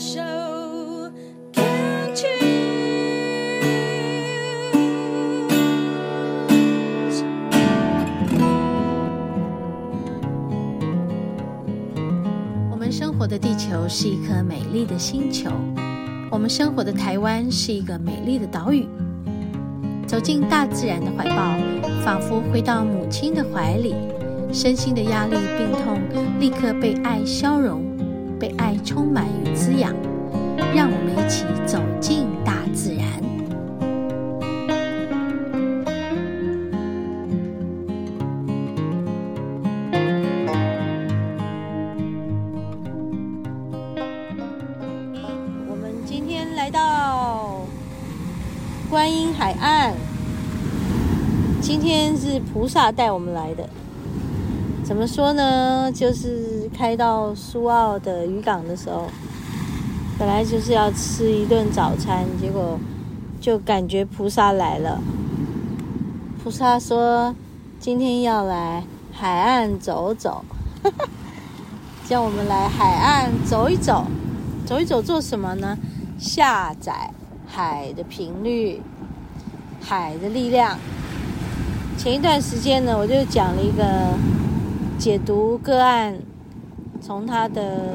手 Can't choose。 我们生活的地球是一颗美丽的星球，我们生活的台湾是一个美丽的岛屿。走进大自然的怀抱，仿佛回到母亲的怀里，身心的压力病痛立刻被爱消融，被爱充满与滋养。让我们一起走进大自然。我们今天来到观音海岸，今天是菩萨带我们来的。怎么说呢，就是开到苏澳的渔港的时候，本来就是要吃一顿早餐，结果就感觉菩萨来了。菩萨说今天要来海岸走走叫我们来海岸走一走。走一走做什么呢？下载海的频率，海的力量。前一段时间呢，我就讲了一个解读个案，从他的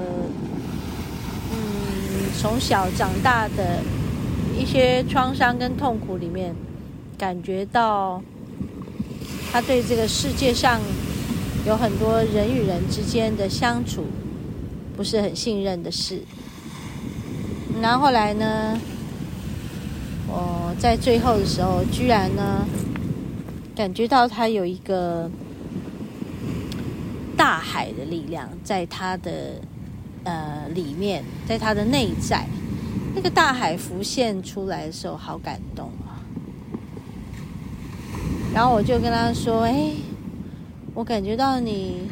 从小长大的一些创伤跟痛苦里面，感觉到他对这个世界上有很多人与人之间的相处不是很信任的事。然后后来呢，我在最后的时候居然呢感觉到他有一个大海的力量在他的里面，在他的内在。那个大海浮现出来的时候好感动啊。然后我就跟他说，我感觉到你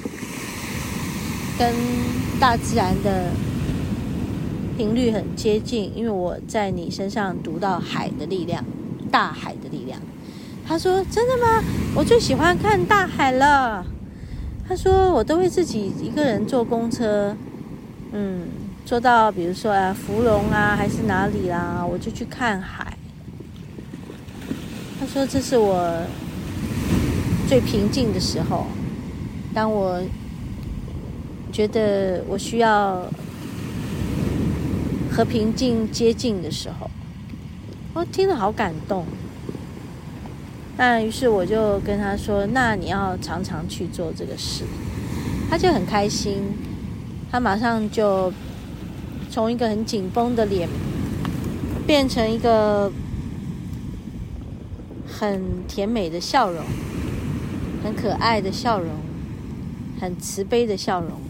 跟大自然的频率很接近，因为我在你身上读到海的力量，大海的力量。他说真的吗？我最喜欢看大海了。他说我都会自己一个人坐公车，坐到比如说福隆啊还是哪里啦，我就去看海。他说这是我最平静的时候，当我觉得我需要和平静接近的时候。我听了好感动。那于是我就跟他说，那你要常常去做这个事。他就很开心，他马上就从一个很紧绷的脸变成一个很甜美的笑容，很可爱的笑容，很慈悲的笑容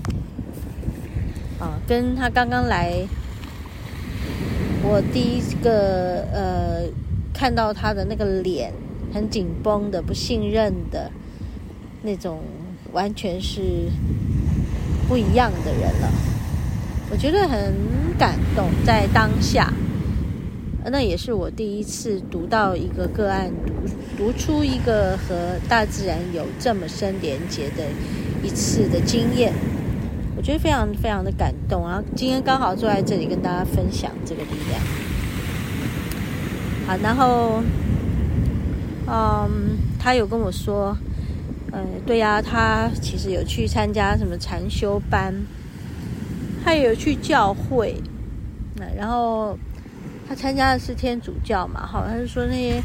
跟他刚刚来我第一个看到他的那个脸很紧绷的不信任的那种，完全是不一样的人了。我觉得很感动，在当下那也是我第一次读到一个个案，读出一个和大自然有这么深连结的一次的经验，我觉得非常非常的感动。然后今天刚好坐在这里跟大家分享这个力量。好，然后他有跟我说对呀，他其实有去参加什么禅修班，他也有去教会，然后他参加的是天主教嘛，他就说那些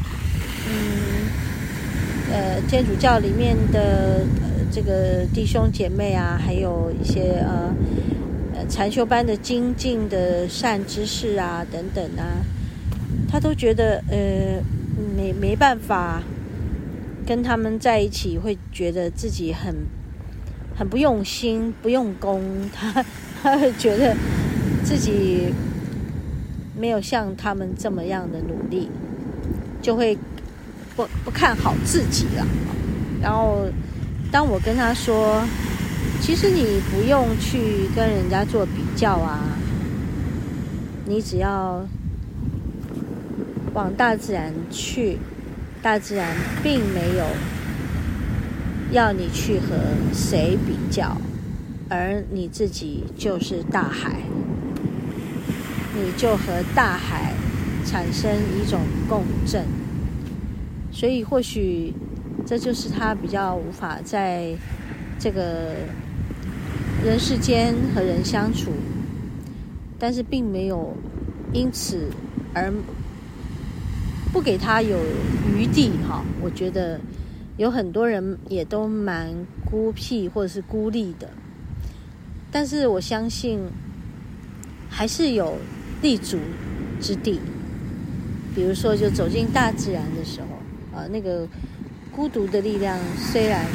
天主教里面的这个弟兄姐妹啊，还有一些禅修班的精进的善知识啊等等啊，他都觉得没办法跟他们在一起，会觉得自己很不用心不用功，他会觉得自己没有像他们这么样的努力，就会不看好自己了。然后当我跟他说，其实你不用去跟人家做比较啊，你只要往大自然去，大自然并没有要你去和谁比较，而你自己就是大海。 你就和大海产生一种共振。所以或许这就是他比较无法在这个人世间和人相处，但是并没有因此而不给他有余地哈。我觉得有很多人也都蛮孤僻或者是孤立的，但是我相信还是有立足之地。比如说就走进大自然的时候那个孤独的力量虽然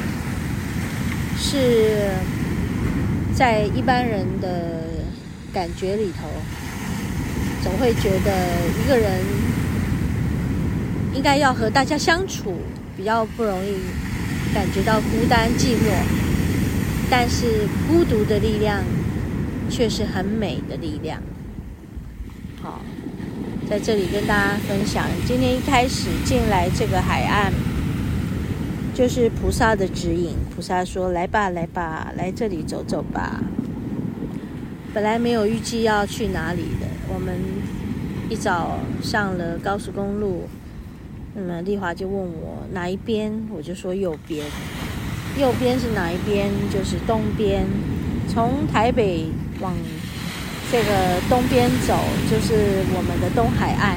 是在一般人的感觉里头，总会觉得一个人应该要和大家相处，比较不容易感觉到孤单寂寞，但是孤独的力量却是很美的力量。好，在这里跟大家分享，今天一开始进来这个海岸就是菩萨的指引。菩萨说来吧来吧，来这里走走吧。本来没有预计要去哪里的，我们一早上了高速公路，那么丽华就问我哪一边，我就说右边。右边是哪一边？就是东边，从台北往这个东边走，就是我们的东海岸。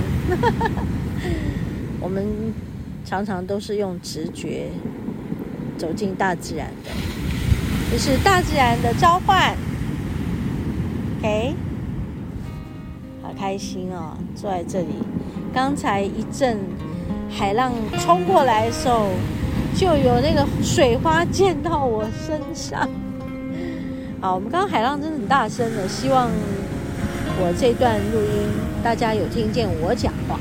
我们常常都是用直觉走进大自然的，这是大自然的召唤。OK， 好开心哦，坐在这里。刚才一阵海浪冲过来的时候，就有那个水花溅到我身上。好，我们刚刚海浪真的很大声的，希望我这段录音大家有听见我讲话。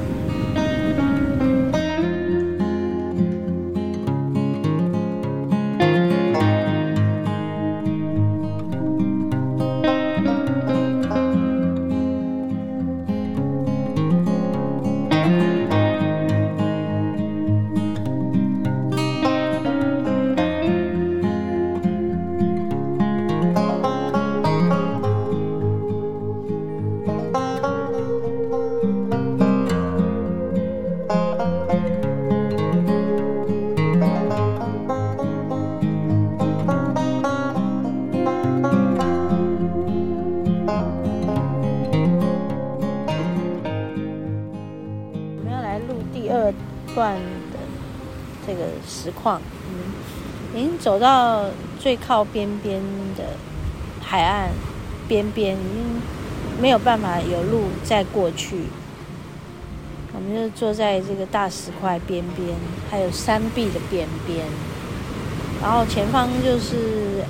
段的这个实况，已经走到最靠边边的海岸边边，已经没有办法有路再过去。我们就坐在这个大石块边边，还有山壁的边边，然后前方就是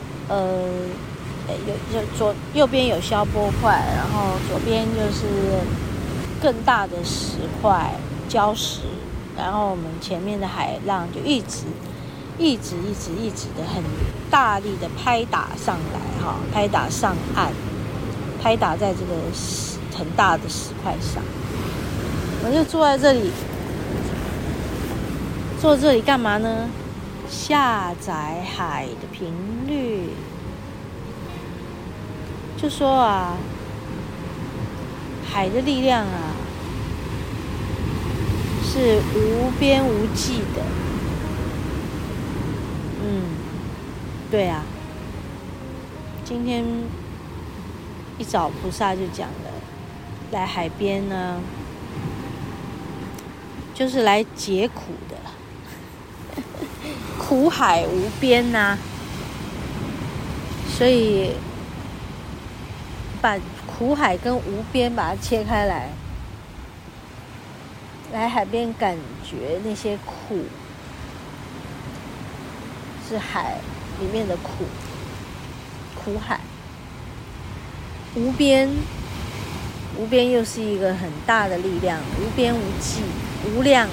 右边有消波块，然后左边就是更大的石块礁石，然后我们前面的海浪就一直的很大力的拍打上来哈，拍打上岸，拍打在这个很大的石块上。我就坐在这里，坐这里干嘛呢？下载海的频率。就说啊，海的力量啊，是无边无际的。对啊，今天一早菩萨就讲了，来海边呢，就是来解苦的，苦海无边啊，所以把苦海跟无边把它切开来，来海边感觉那些苦，是海里面的苦海。无边又是一个很大的力量，无边无际，无量。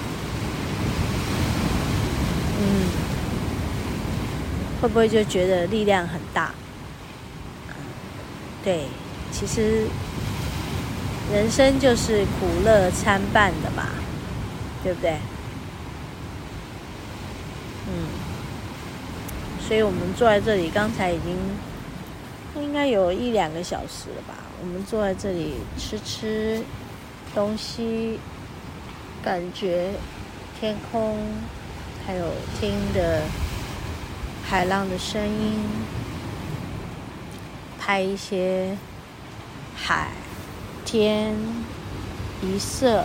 会不会就觉得力量很大？对，其实人生就是苦乐参半的嘛，对不对？所以我们坐在这里，刚才已经应该有1-2个小时了吧。我们坐在这里吃东西，感觉天空，还有听的海浪的声音，拍一些海天一色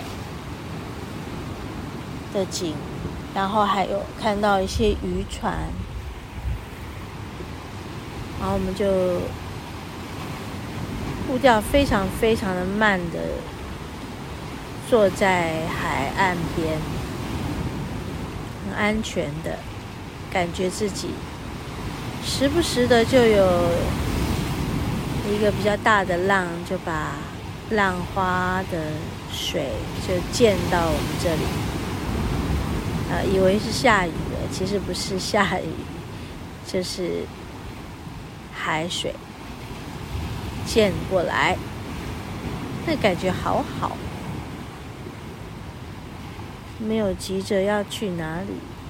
的景，然后还有看到一些渔船，然后我们就步调非常非常的慢的坐在海岸边，很安全的感觉自己时不时的就有一个比较大的浪，就把浪花的水就溅到我们这里，以为是下雨了，其实不是下雨，就是海水溅过来，那感觉好好，没有急着要去哪里，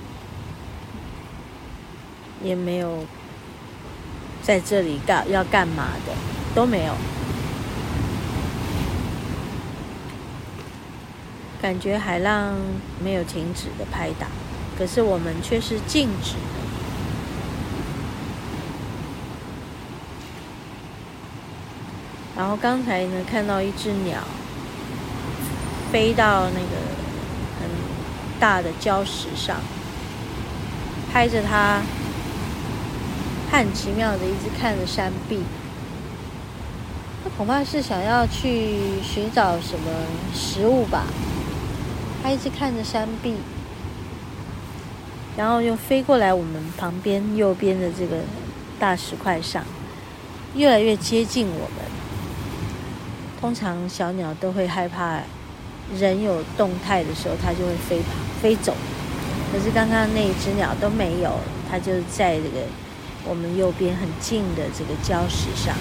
也没有在这里要干嘛的，都没有，感觉海浪没有停止的拍打，可是我们却是静止的。然后刚才呢，看到一只鸟飞到那个很大的礁石上，拍着它，很奇妙的一直看着山壁。它恐怕是想要去寻找什么食物吧。它一直看着山壁，然后又飞过来我们旁边右边的这个大石块上，越来越接近我们。通常小鸟都会害怕人有动态的时候，它就会飞走。可是刚刚那一只鸟都没有，它就在这个我们右边很近的这个礁石上。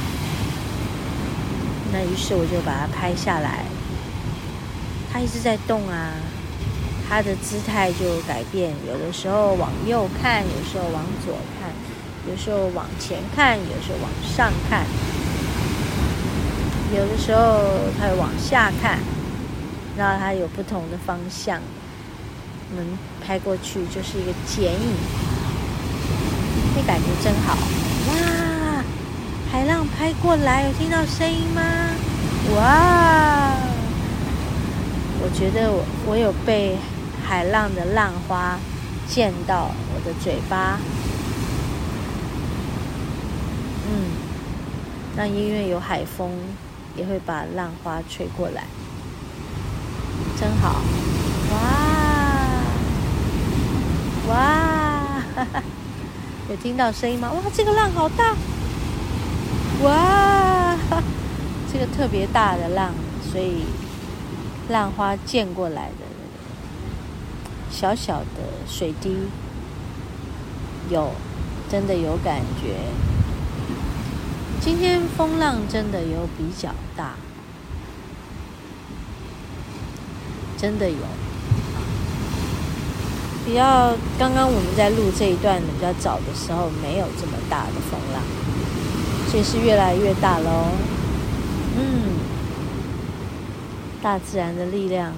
那于是我就把它拍下来。它一直在动啊，它的姿态就改变，有的时候往右看，有时候往左看，有时候往前看，有时候往上看，有的时候它会往下看，然后它有不同的方向，我们拍过去就是一个剪影，那感觉真好。哇，海浪拍过来，有听到声音吗？哇，我觉得我有被海浪的浪花溅到我的嘴巴，那因为有海风也会把浪花吹过来，真好。哇有听到声音吗？哇，这个浪好大，哇，这个特别大的浪，所以浪花溅过来的小小的水滴，真的有感觉。今天风浪真的有比较大，真的有。比较刚刚我们在录这一段比较早的时候，没有这么大的风浪，所以是越来越大咯。大自然的力量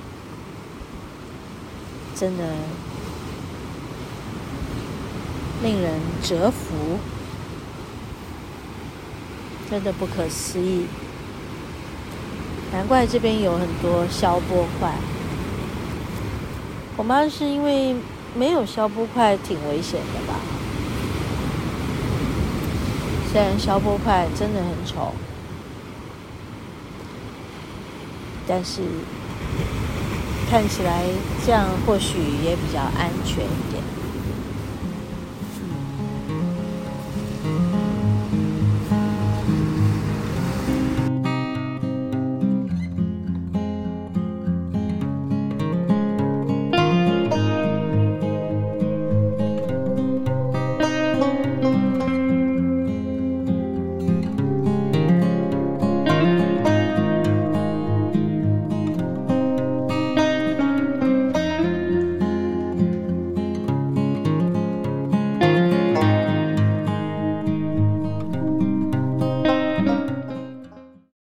真的令人折服，真的不可思议。难怪这边有很多消波块，恐怕是因为没有消波块挺危险的吧。虽然消波块真的很丑，但是看起来这样或许也比较安全。